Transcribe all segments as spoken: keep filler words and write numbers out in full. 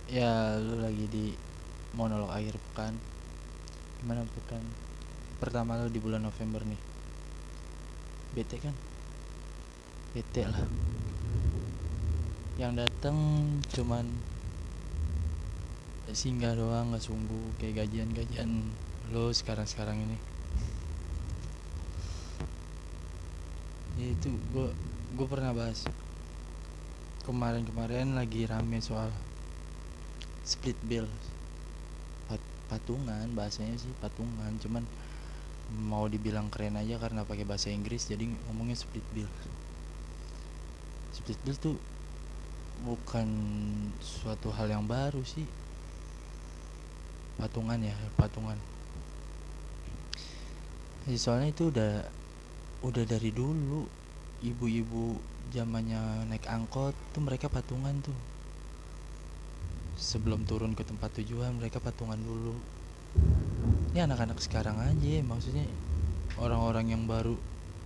Ya, lu lagi di monolog akhir pekan. Gimana pekan pertama lu di bulan November nih? Bete kan? Bete lah. Yang datang cuman singgah doang, nggak sungguh kayak gajian-gajian lo sekarang-sekarang ini. Ya itu gue gue pernah bahas kemarin-kemarin lagi rame soal split bill. Pat- patungan bahasanya sih patungan, cuman mau dibilang keren aja karena pakai bahasa Inggris jadi ngomongnya split bill. Split bill tuh bukan suatu hal yang baru sih. Patungan ya, patungan. Ya, soalnya itu udah udah dari dulu. Ibu-ibu zamannya naik angkot tuh mereka patungan tuh. Sebelum turun ke tempat tujuan mereka patungan dulu. Ini anak-anak sekarang aja, maksudnya orang-orang yang baru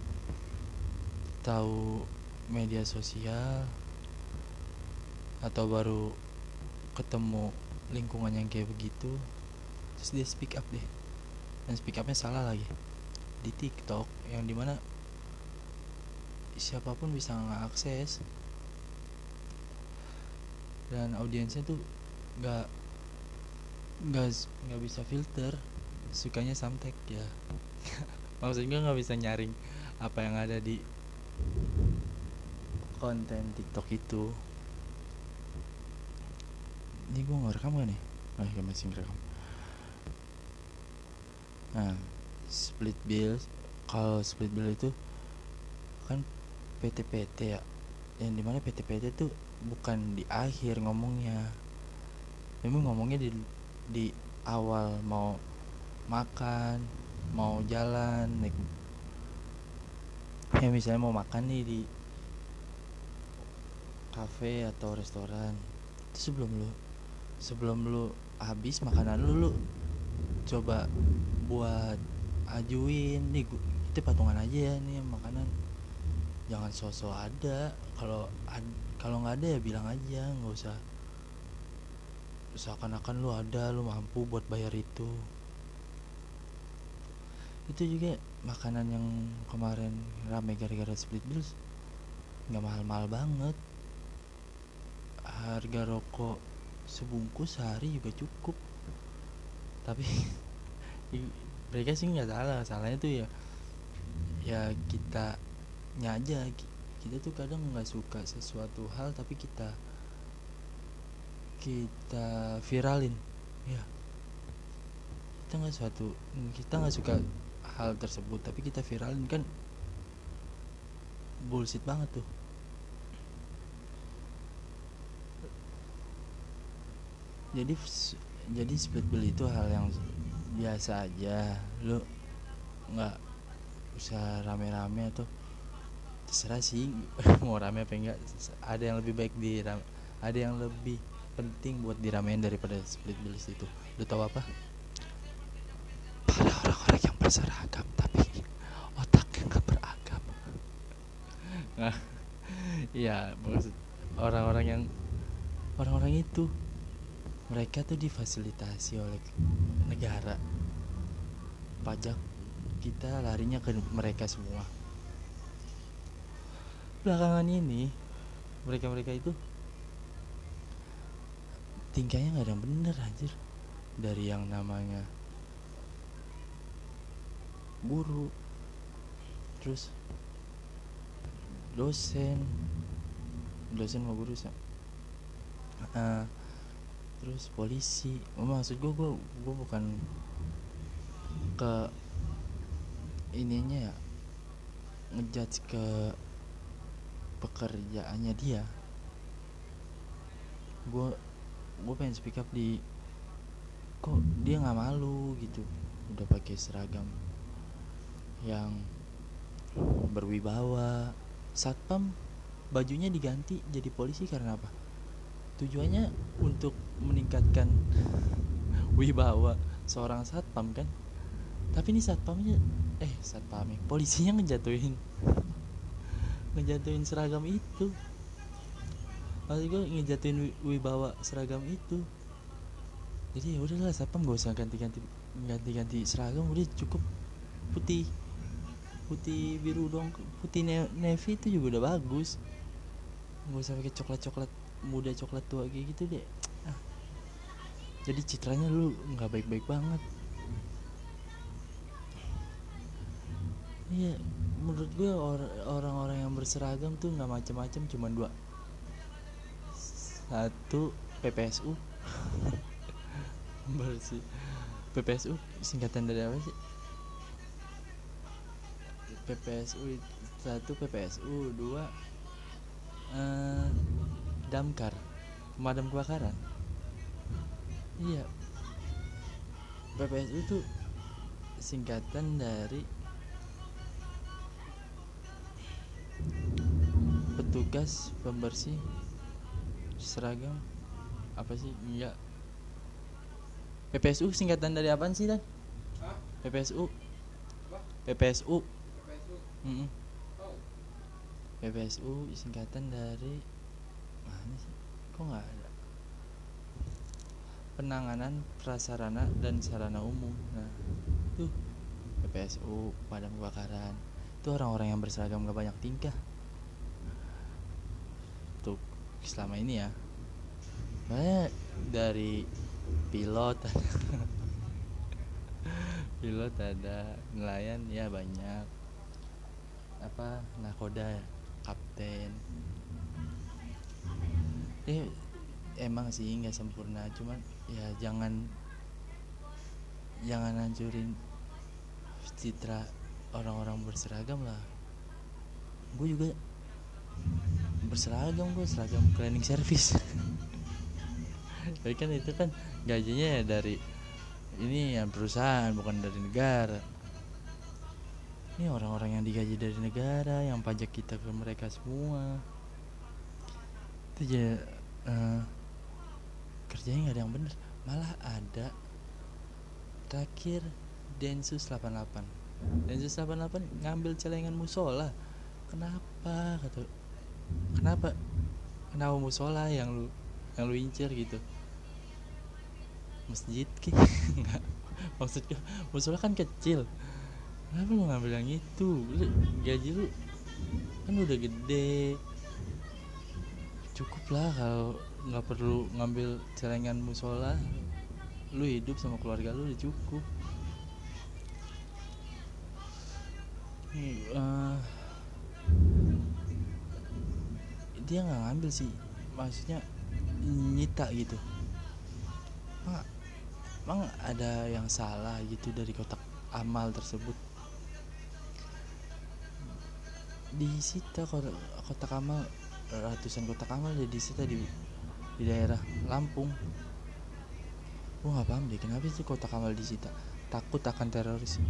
tahu media sosial atau baru ketemu lingkungan yang kayak begitu, terus dia speak up deh. Dan speak upnya salah lagi di TikTok, yang dimana siapapun bisa mengakses, dan audiensnya tuh nggak nggak nggak bisa filter, sukanya samtek ya. Maksudnya nggak bisa nyaring apa yang ada di konten TikTok itu. Ini gue nggak rekam gak nih? Oh ya, masih ngerekam. Nah, split bill, kalau split bill itu kan P T P T ya, yang dimana P T P T tuh bukan di akhir ngomongnya, memang ngomongnya di di awal. Mau makan, mau jalan naik, ya misalnya mau makan nih di kafe atau restoran, itu sebelum lu sebelum lu habis makanan lu lu coba buat ajuin nih, gua, itu patungan aja ya nih makanan, jangan sosok ada. Kalau kalau nggak ada ya bilang aja, nggak usah seakan-akan lu ada, lu mampu buat bayar itu. Itu juga makanan yang kemarin rame gara-gara split bills, nggak mahal-mahal banget. Harga rokok sebungkus sehari juga cukup. Tapi mereka sih nggak salah, salahnya tuh ya ya kita aja. Kita tuh kadang nggak suka sesuatu hal tapi kita kita viralin ya. Kita nggak suatu kita nggak suka hal tersebut tapi kita viralin, kan bullshit banget tuh. jadi jadi split bill itu hal yang biasa aja. Lu nggak usah rame-rame, atau terserah sih mau rame apa enggak. Ada yang lebih baik di ada yang lebih penting buat diramein daripada split bill itu. Lu tahu apa? Pada orang-orang yang berseragam tapi otaknya nggak beragam. Nah, iya, maksud orang-orang yang orang-orang itu, mereka tuh difasilitasi oleh negara, pajak kita larinya ke mereka semua. Belakangan ini mereka-mereka itu tingkahnya nggak ada yang bener anjir. Dari yang namanya guru, terus dosen dosen mau guru uh, terus polisi. Oh, maksud gue gue gue bukan ke ininya ya, ngejudge ke pekerjaannya dia. gue gue pengen speak up di, kok dia nggak malu gitu udah pakai seragam yang berwibawa. Satpam bajunya diganti jadi polisi karena apa? Tujuannya untuk meningkatkan wibawa seorang satpam kan. Tapi ini satpamnya eh satpamnya polisinya ngejatuhin ngejatuhin seragam itu. maksud gue ngejatuhin wi- wibawa seragam itu. Jadi ya udahlah, satpam gak usah ganti-ganti ganti-ganti seragam, udah cukup putih putih biru dong, putih ne- navy itu juga udah bagus, nggak usah pakai coklat coklat muda coklat tua kayak gitu deh. Ah, jadi citranya lu nggak baik-baik banget. Iya, menurut gue or- orang-orang yang berseragam tuh nggak macam-macam, cuma dua. Satu, P P S U. Bersih. P P S U singkatan dari apa sih? P P S U satu, P P S U dua, eh, damkar, pemadam kebakaran. Iya, P P S U tuh singkatan dari petugas pembersih seragam. Apa sih? Enggak. P P S U singkatan dari apaan sih, Dan? Hah? P P S U. Apa? P P S U. P P S U? Mm-mm. Tahu? P P S U singkatan dari mana sih? Kok nggak ada? Penanganan prasarana dan sarana umum. Nah, tuh P P S U, pemadam kebakaran. Itu orang-orang yang berseragam gak banyak tingkah. Tuh selama ini ya. Makanya dari pilot pilot ada, nelayan ya banyak, apa, nakoda, kapten. Eh emang sih nggak sempurna, cuman ya jangan jangan hancurin citra orang-orang berseragam lah. Gue juga berseragam, gue seragam cleaning service. Tapi kan itu kan gajinya ya dari ini yang perusahaan, bukan dari negara. Ini orang-orang yang digaji dari negara, yang pajak kita ke mereka semua. Itu aja, uh, kerjanya nggak ada yang bener. Malah ada terakhir Densus delapan puluh delapan. Densus delapan puluh delapan ngambil celengan musola. Kenapa? Kata, kenapa? Kenapa musola yang lu yang lu incer gitu? Masjid ki? Enggak. Maksudnya musola kan kecil. Kenapa lu ngambil yang itu? Lu, gaji lu kan udah gede. Cukup lah kalau nggak perlu ngambil celengan musola. Lu hidup sama keluarga lu udah cukup. Nih, uh, dia nggak ngambil sih, maksudnya nyita gitu. Emang, emang ada yang salah gitu dari kotak amal tersebut? Disita kotak, kotak amal, ratusan kotak amal udah disita di di daerah Lampung. Gue nggak paham deh kenapa sih kotak amal disita. Takut akan teroris.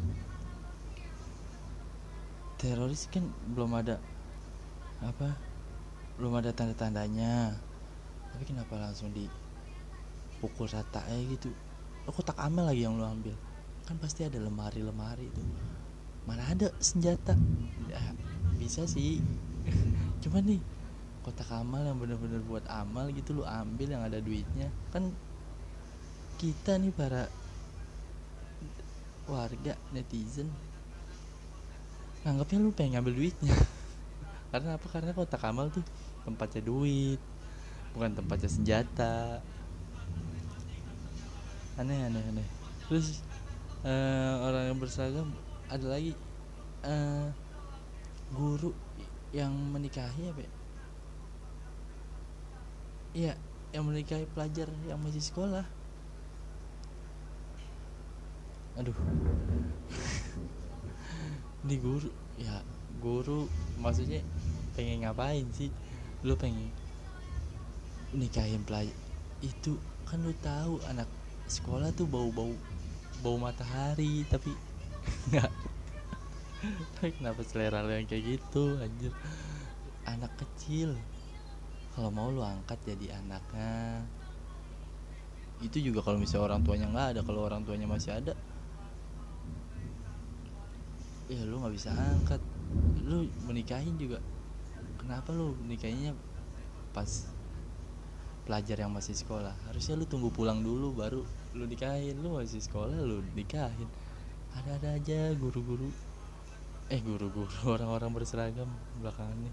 Teroris kan belum ada apa, belum ada tanda-tandanya, tapi kenapa langsung dipukul rata aja gitu? Lo kotak amal lagi yang lo ambil, kan pasti ada lemari-lemari itu, mana ada senjata. Ya, bisa sih. Cuman nih kotak amal yang bener-bener buat amal gitu lo ambil, yang ada duitnya. Kan kita nih para warga netizen nganggapnya lu pengen ngambil duitnya. Karena apa? Karena kotak amal tuh tempatnya duit, bukan tempatnya senjata. Aneh aneh aneh. Terus uh, orang yang berseragam ada lagi, uh, guru yang menikahi apa ya? Iya, yang menikahi pelajar yang masih sekolah. Aduh. Ini guru, ya guru maksudnya pengen ngapain sih? Lu pengen nikahin pelajar itu kan, lu tahu anak sekolah tuh bau-bau bau matahari, tapi nggak. Tapi kenapa selera lu yang kayak gitu, anjir? Anak kecil, kalau mau lu angkat jadi anaknya. Itu juga kalau misalnya orang tuanya nggak ada. Kalau orang tuanya masih ada, ya lu nggak bisa angkat. Lu menikahin juga, kenapa lu nikahinnya pas pelajar yang masih sekolah. Harusnya lu tunggu pulang dulu baru lu nikahin. Lu masih sekolah lu nikahin. Ada-ada aja guru-guru eh guru-guru orang-orang berseragam belakangan nih.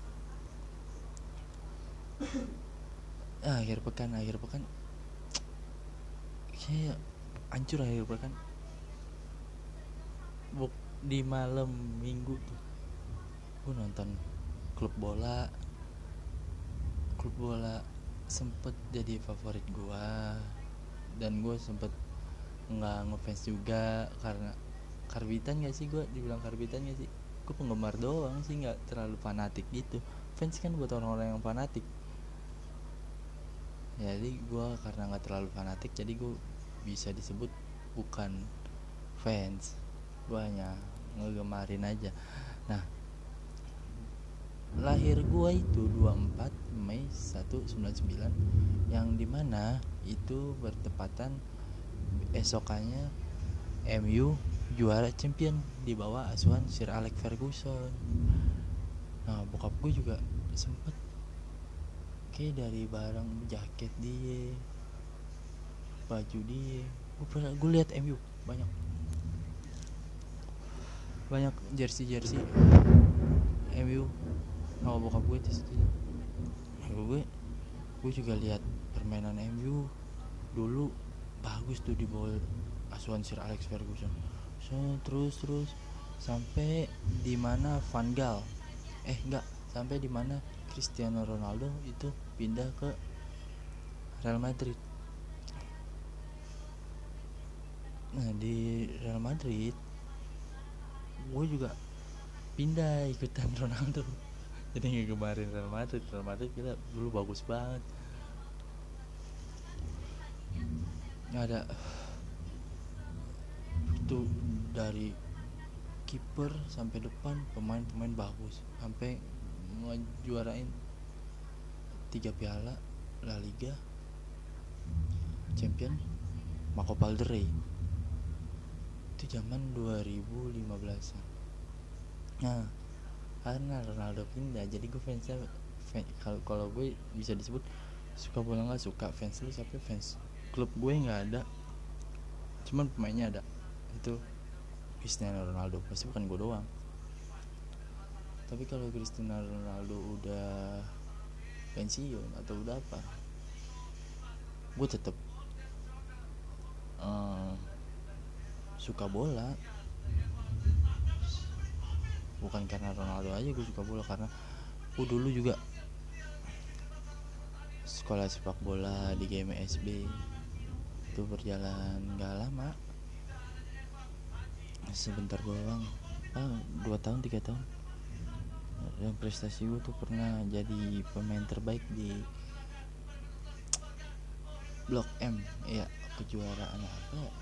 ah, akhir pekan akhir pekan kayak hancur akhir pekan. Buk, di malam minggu tuh gue nonton klub bola. Klub bola sempet jadi favorit gue, dan gue sempet nggak ngefans juga karena karbitan gak sih, gue dibilang karbitan gak sih, gue penggemar doang sih, nggak terlalu fanatik gitu. Fans kan buat orang-orang yang fanatik. Jadi gue karena nggak terlalu fanatik, jadi gue bisa disebut bukan fans, gue hanya ngegemarin aja. Nah, lahir gue itu dua puluh empat Mei seribu sembilan ratus sembilan puluh sembilan, yang dimana itu bertepatan esokannya M U juara champion di bawah asuhan Sir Alex Ferguson. Nah, bokap gue juga sempet kayak dari barang jaket dia, baju dia, gue pernah gue lihat M U banyak banyak jersey jersey M U sama bokap gue di situ. Gue gue juga lihat permainan M U dulu bagus tuh di bawah asuhan Sir Alex Ferguson. So, terus terus sampai di mana Van Gaal eh enggak sampai di mana Cristiano Ronaldo itu pindah ke Real Madrid. Nah, di Real Madrid gue juga pindah ikutan Ronaldo. Jadi ngegemarin Real Madrid. Real Madrid gila dulu bagus banget. Nggak ada itu dari kiper sampai depan pemain-pemain bagus, sampai ngejuarain tiga piala La Liga, Champion, sama Copa del Rey. Itu zaman dua ribu lima belasan. Nah, karena Ronaldo pindah, jadi gue fansnya fan, kalau kalau gue bisa disebut suka bola nggak suka, fans lu siapa? Fans klub gue nggak ada, cuman pemainnya ada, itu Cristiano Ronaldo. Pasti bukan gue doang. Tapi kalau Cristiano Ronaldo udah pensiun atau udah apa, gue tetap uh, suka bola. Bukan karena Ronaldo aja gue suka bola, karena gue dulu juga sekolah sepak bola di G M S B. Itu berjalan gak lama, sebentar doang, ah, dua tahun tiga tahun. Dan prestasi gue tuh pernah jadi pemain terbaik di Blok M, ya kejuaraan apa ya?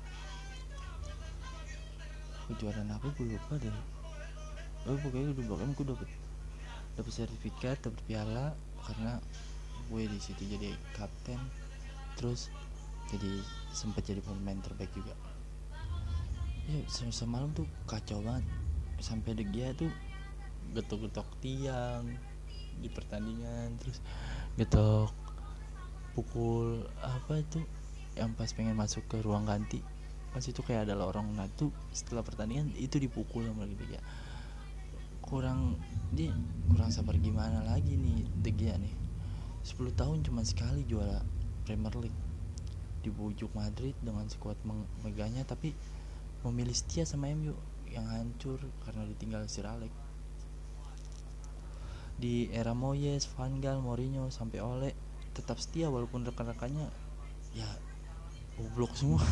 Kejuaraan apa gue lupa deh. Oh, pokoknya di Blok M gue dapet dapet sertifikat, dapet piala karena gue di situ jadi kapten, terus jadi sempat jadi pemain terbaik juga. Ya semalam tuh kacau banget, sampai De Gea tuh getok-getok tiang di pertandingan, terus getok pukul apa itu yang pas pengen masuk ke ruang ganti, pas itu kayak ada lorong. Nah tuh setelah pertandingan itu dipukul sama De Gea. Kurang dia kurang sabar gimana lagi nih De Gea nih, sepuluh tahun cuma sekali juara Premier League, dibujuk Madrid dengan skuad megahnya, tapi memilih setia sama M U yang hancur karena ditinggal Sir Alex. Di era Moyes, Van Gaal, Mourinho sampai Ole tetap setia walaupun rekan-rekannya ya goblok semua.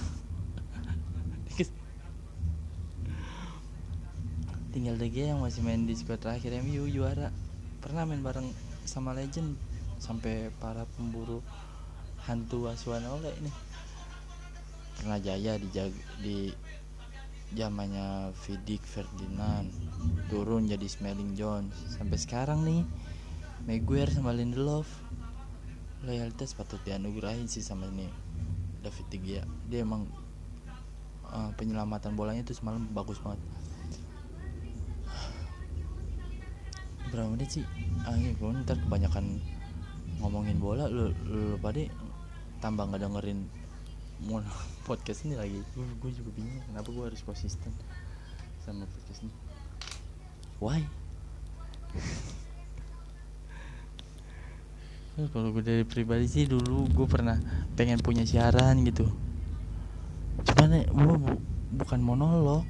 Tinggal De Gea yang masih main di skuad terakhir M U juara. Pernah main bareng sama legend sampai para pemburu hantu asuhan Ole ini. Pernah jaya di di zamannya Vidic Ferdinand, turun jadi Smalling Jones, sampai sekarang nih Maguire sama Lindelof. Loyalitas patut dianugerahin sih sama ini David De Gea. Dia emang uh, penyelamatan bolanya itu semalam bagus banget. Berapa menit sih? Ah, ini gue ntar kebanyakan ngomongin bola lu lu pada tambah nggak dengerin podcast ini lagi. Gue juga bingung kenapa gue harus konsisten sama podcast ini. Why? Kalau gue dari pribadi sih dulu gue pernah pengen punya siaran gitu. Cuman gue bu- bukan monolog.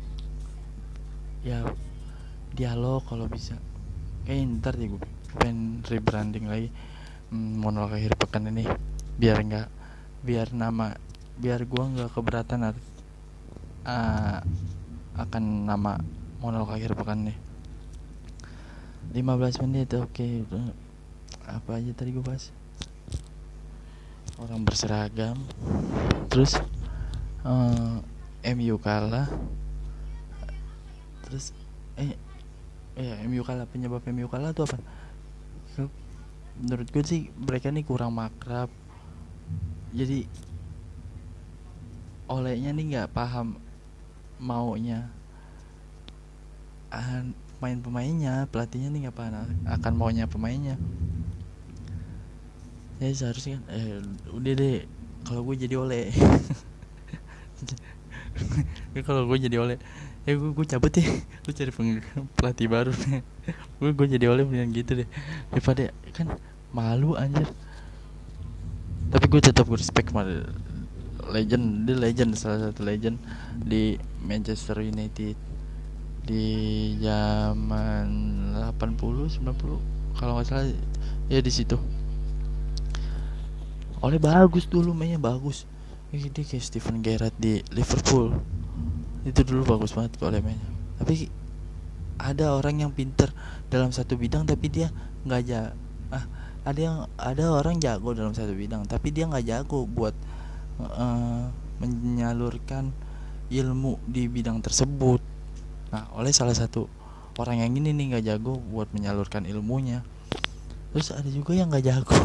Ya dialog kalau bisa. Kayak ntar deh gue pengen rebranding lagi hmm, monolog akhir pekan ini biar nggak biar nama biar gue nggak keberatan at, uh, akan nama monolog akhir pekan nih. lima belas menit oke okay. Apa aja tadi gue bahas? Orang berseragam, terus uh, M U kalah, terus eh eh M U kalah, penyebab M U kalah itu apa? Menurut gue sih mereka nih kurang makrab, jadi olehnya nih nggak paham maunya ah, pemain-pemainnya, pelatihnya nih nggak paham akan maunya pemainnya. Ya seharusnya kan eh, udah deh kalau gue jadi oleh kalau gue jadi oleh ya gue, gue cabut ya lu cari peng- pelatih baru gue gue jadi oleh mendingan gitu deh daripada kan malu anjir. Tapi gue tetap respect sama legend, dia legend, salah satu legend di Manchester United di zaman delapan puluh sembilan puluh kalau nggak salah ya di situ. Oleh bagus dulu mainnya bagus. Dia kayak Steven Gerrard di Liverpool. Itu dulu bagus banget oleh mainnya. Tapi ada orang yang pinter dalam satu bidang tapi dia nggak jago. Ah, ada yang ada orang jago dalam satu bidang tapi dia nggak jago buat uh, menyalurkan ilmu di bidang tersebut. Nah, oleh salah satu orang yang ini nih nggak jago buat menyalurkan ilmunya. Terus ada juga yang nggak jago.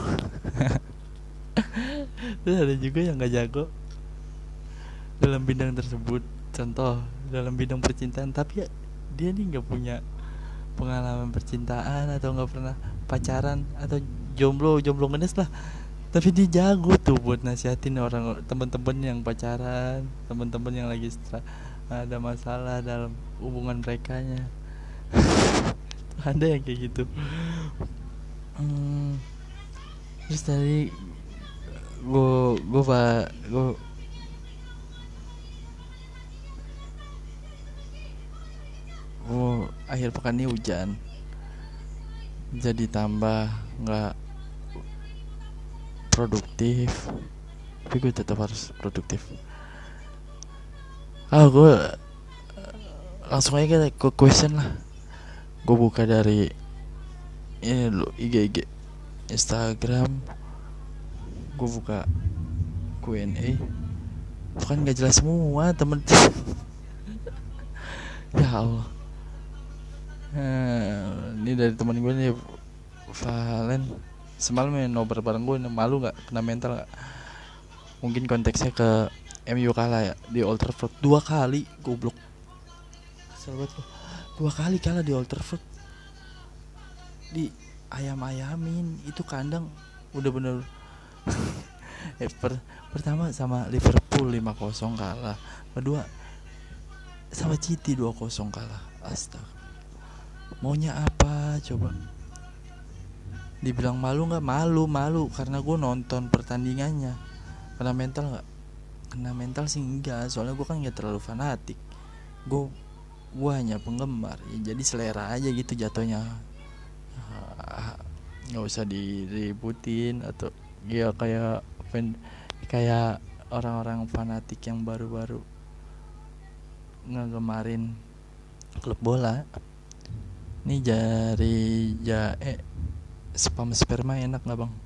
Terus ada juga yang nggak jago dalam bidang tersebut. Contoh dalam bidang percintaan, tapi ya, dia nih nggak punya pengalaman percintaan atau nggak pernah pacaran atau jomblo jomblo ngenes lah. Tapi dia jago tuh buat nasihatin orang teman-teman yang pacaran, teman-teman yang lagi stra- ada masalah dalam hubungan merekanya. Ada yang kayak gitu. Hmm, terus tadi gue gue pak gue gue akhir pekan ini hujan jadi tambah nggak produktif, tapi gue tetap harus produktif. Ah gue langsung aja ke question lah. Gue buka dari ini lo I G I G Instagram, gue buka Q and A, bukan nggak jelas semua temen. Ya Allah. Hmm, ini dari teman gue nih Valen, semalam ya nobar bareng gue, malu nggak, kena mental nggak? Mungkin konteksnya ke M U kalah ya di Old Trafford dua kali, goblok. Kesel banget gue. Dua kali kalah di Old Trafford. Di ayam-ayamin itu kandang udah bener. eh, per, pertama sama Liverpool lima kosong kalah. Kedua sama City dua kosong kalah. Astaga. Maunya apa coba? Dibilang malu nggak? Malu malu karena gue nonton pertandingannya. Kena mental nggak? Kena mental sih enggak, soalnya gue kan nggak terlalu fanatik. Gue gue hanya penggemar ya, jadi selera aja gitu jatuhnya. Nggak usah diributin atau ya kayak fan, kayak orang-orang fanatik yang baru-baru ngegemarin klub bola. Ini jari ja eh spam sperma enak nggak bang?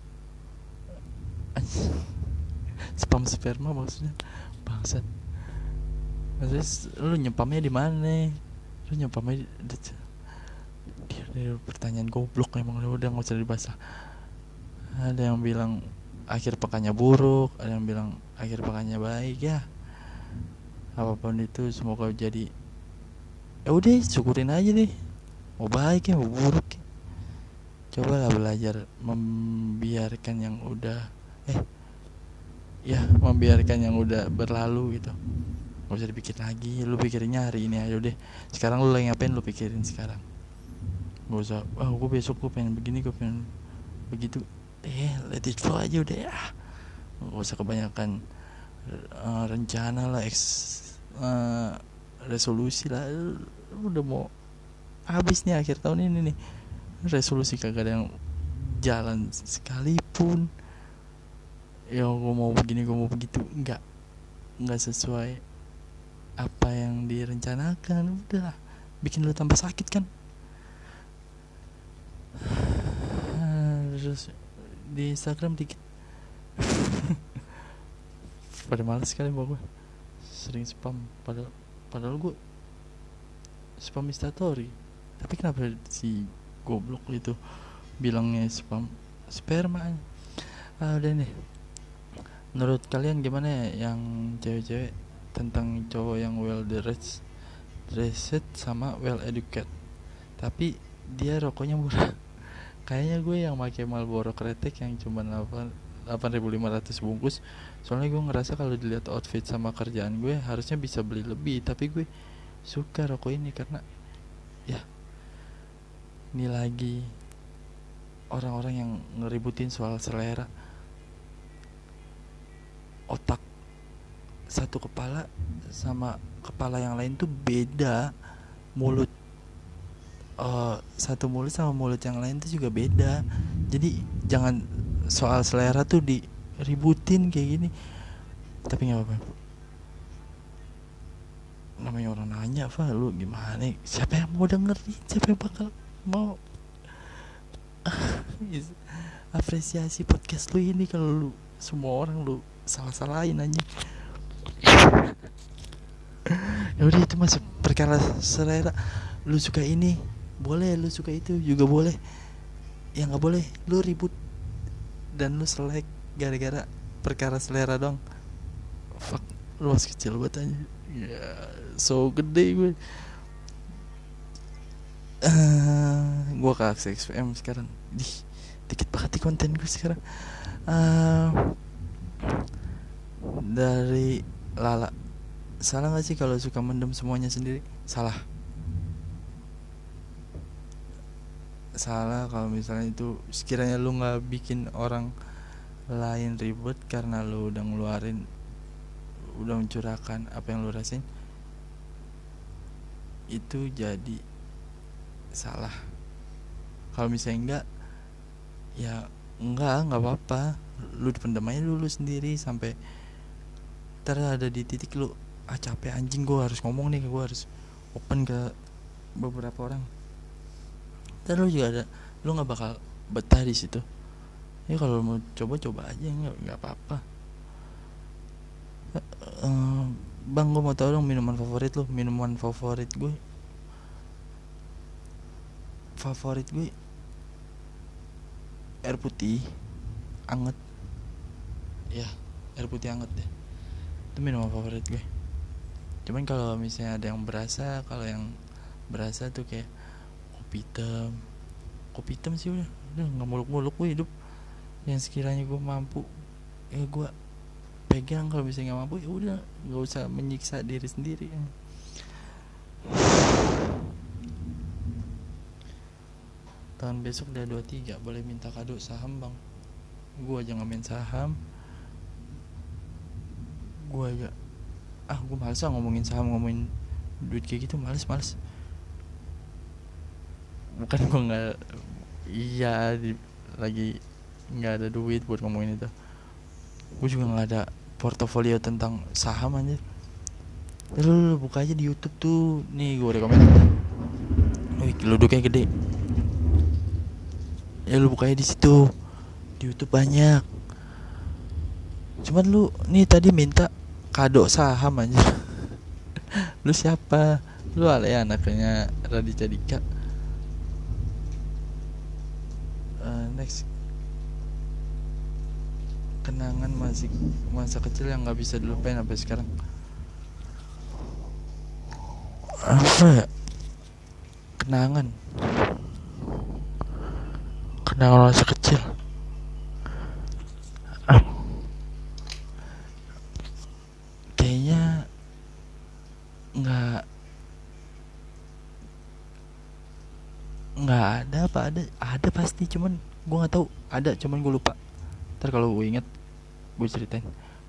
Spam sperma maksudnya bangsat. Maksudnya lu nyepamnya di mana? Lu nyepamnya di, dia dari pertanyaan goblok emang, udah nggak usah dibahas. Ada yang bilang akhir pekannya buruk, ada yang bilang akhir pekannya baik ya. Apapun itu semoga jadi. Ya udah syukurin aja deh. Mau baik ya mau buruk ya. cobalah belajar membiarkan yang udah eh ya membiarkan yang udah berlalu gitu. Gak usah dipikir lagi, lu pikirinnya hari ini aja deh. Sekarang lu lagi ngapain, lu pikirin sekarang. Gak usah, oh gue besok gue pengen begini, gue pengen begitu. Eh let it flow aja udah ya. Gak usah kebanyakan uh, rencana lah, eks, uh, resolusi lah. Lu udah mau habis nih akhir tahun ini nih, resolusi kagak ada yang jalan sekalipun. Ya gue mau begini, gue mau begitu, enggak enggak sesuai apa yang direncanakan. Udah bikin lu tambah sakit kan. Terus di Instagram dikit pada males sekali mau gue sering spam, padahal padahal gue spam instastory, tapi kenapa si goblok itu bilangnya spam sperma. Ah udah nih, menurut kalian gimana ya yang cewek-cewek tentang cowok yang well dressed dressed sama well educated tapi dia rokoknya murah? Kayaknya gue yang pakai Marlboro kretek yang cuma delapan ribu lima ratus bungkus. Soalnya gue ngerasa kalau dilihat outfit sama kerjaan gue harusnya bisa beli lebih, tapi gue suka rokok ini karena ya ini lagi orang-orang yang ngeributin soal selera. Otak satu kepala sama kepala yang lain tuh beda. Mulut uh, satu mulut sama mulut yang lain tuh juga beda. Jadi jangan soal selera tuh diributin kayak gini. Tapi gak apa-apa, namanya orang nanya, Fa, lu gimana? Siapa yang mau dengerin? Siapa yang bakal mau apresiasi podcast lu ini kalau lu semua orang lu salah-salahin aja? Ya udah, itu masih perkara selera. Lu suka ini boleh, lu suka itu juga boleh. Ya nggak boleh lu ribut dan lu selek gara-gara perkara selera dong. Fuck, lu masih kecil banget aja. Ya so gede gue. Uh, gue ke Aksi X P M sekarang. Dih, dikit banget di konten gue sekarang. Uh, dari Lala, salah gak sih kalau suka mendem semuanya sendiri? Salah. Salah kalau misalnya itu sekiranya lu gak bikin orang lain ribet karena lu udah ngeluarin, udah mencurahkan apa yang lu rasain, itu jadi salah. Kalau misalnya enggak, ya enggak, enggak apa-apa. Lu dipendam aja dulu sendiri sampai ntar ada di titik lu, ah capek anjing, gue harus ngomong nih, gue harus open ke beberapa orang. Ntar lu juga ada, lu nggak bakal betah di situ. Ya kalau mau coba-coba aja, nggak nggak apa-apa. Uh, bang, gue mau tahu dong minuman favorit lu. Minuman favorit gue, favorit gue air putih anget. Ya, air putih anget deh. Itu minuman favorit gue. Cuman kalau misalnya ada yang berasa, kalau yang berasa tuh kayak kopi hitam. Kopi hitam sih udah, udah nggak muluk-muluk gue hidup. Yang sekiranya gue mampu, ya gue pegang. Kalau misalnya nggak mampu, ya udah, nggak usah menyiksa diri sendiri. Tahun besok udah dua puluh tiga, boleh minta kado saham bang. Gue aja nggak main saham. Gue aja, ah gue males lah ngomongin saham, ngomongin duit kayak gitu, males males. Bukan gue nggak, iya di, lagi nggak ada duit buat ngomongin itu. Gue juga nggak ada portofolio tentang saham aja. Lu, lu buka aja di YouTube tuh, nih gue rekomen. Wih, geluduknya gede. Ya lu buka aja di situ, di YouTube banyak. Cuman lu nih tadi minta kado saham aja. Lu siapa? Lu alay anaknya Raditya Dika. Uh, next, kenangan masih masa kecil yang nggak bisa dilupain sampai sekarang. Apa ya? Kenangan. kenangan masa kecil. Ah, kayaknya nggak nggak ada apa ada ada pasti, cuman gue nggak tahu ada, cuman gue lupa. Ntar kalau gue inget gue ceritain.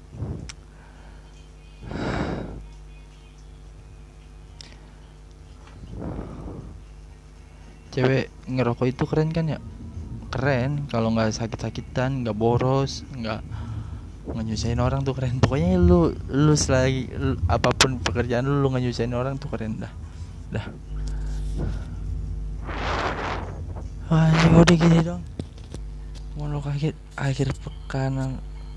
Cewek ngerokok itu keren kan ya? Keren kalau nggak sakit-sakitan, nggak boros, nggak nggak nyusahin orang tuh keren. Pokoknya lu lu selagi lu, apapun pekerjaan lu lu nggak nyusahin orang tuh keren dah. Dah. Wah, ini udah gini dong. Mau lo akhir akhir pekan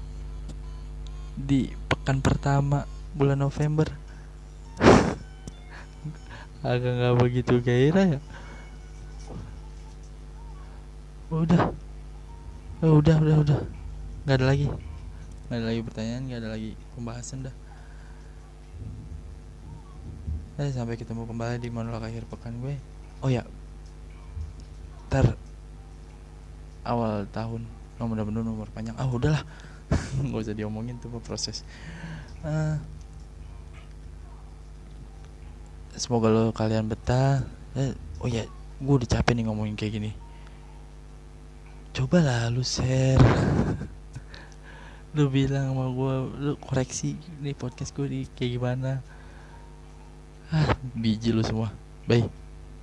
di pekan pertama bulan November. Agak nggak begitu gairah ya. Udah, oh, udah, udah, udah. Nggak ada lagi, nggak ada lagi pertanyaan, nggak ada lagi pembahasan dah. Eh, sampai ketemu kembali di monolog akhir pekan gue. Oh ya, ntar awal tahun nomor bener nomor panjang. Ah udahlah, nggak usah diomongin tuh proses. Uh, semoga lo kalian betah. Eh, oh ya, gue udah capek nih ngomongin kayak gini. Cobalah lu share. Lu bilang sama gue, lu koreksi nih podcast gue di kayak gimana. Ah, biji lu semua. Bye.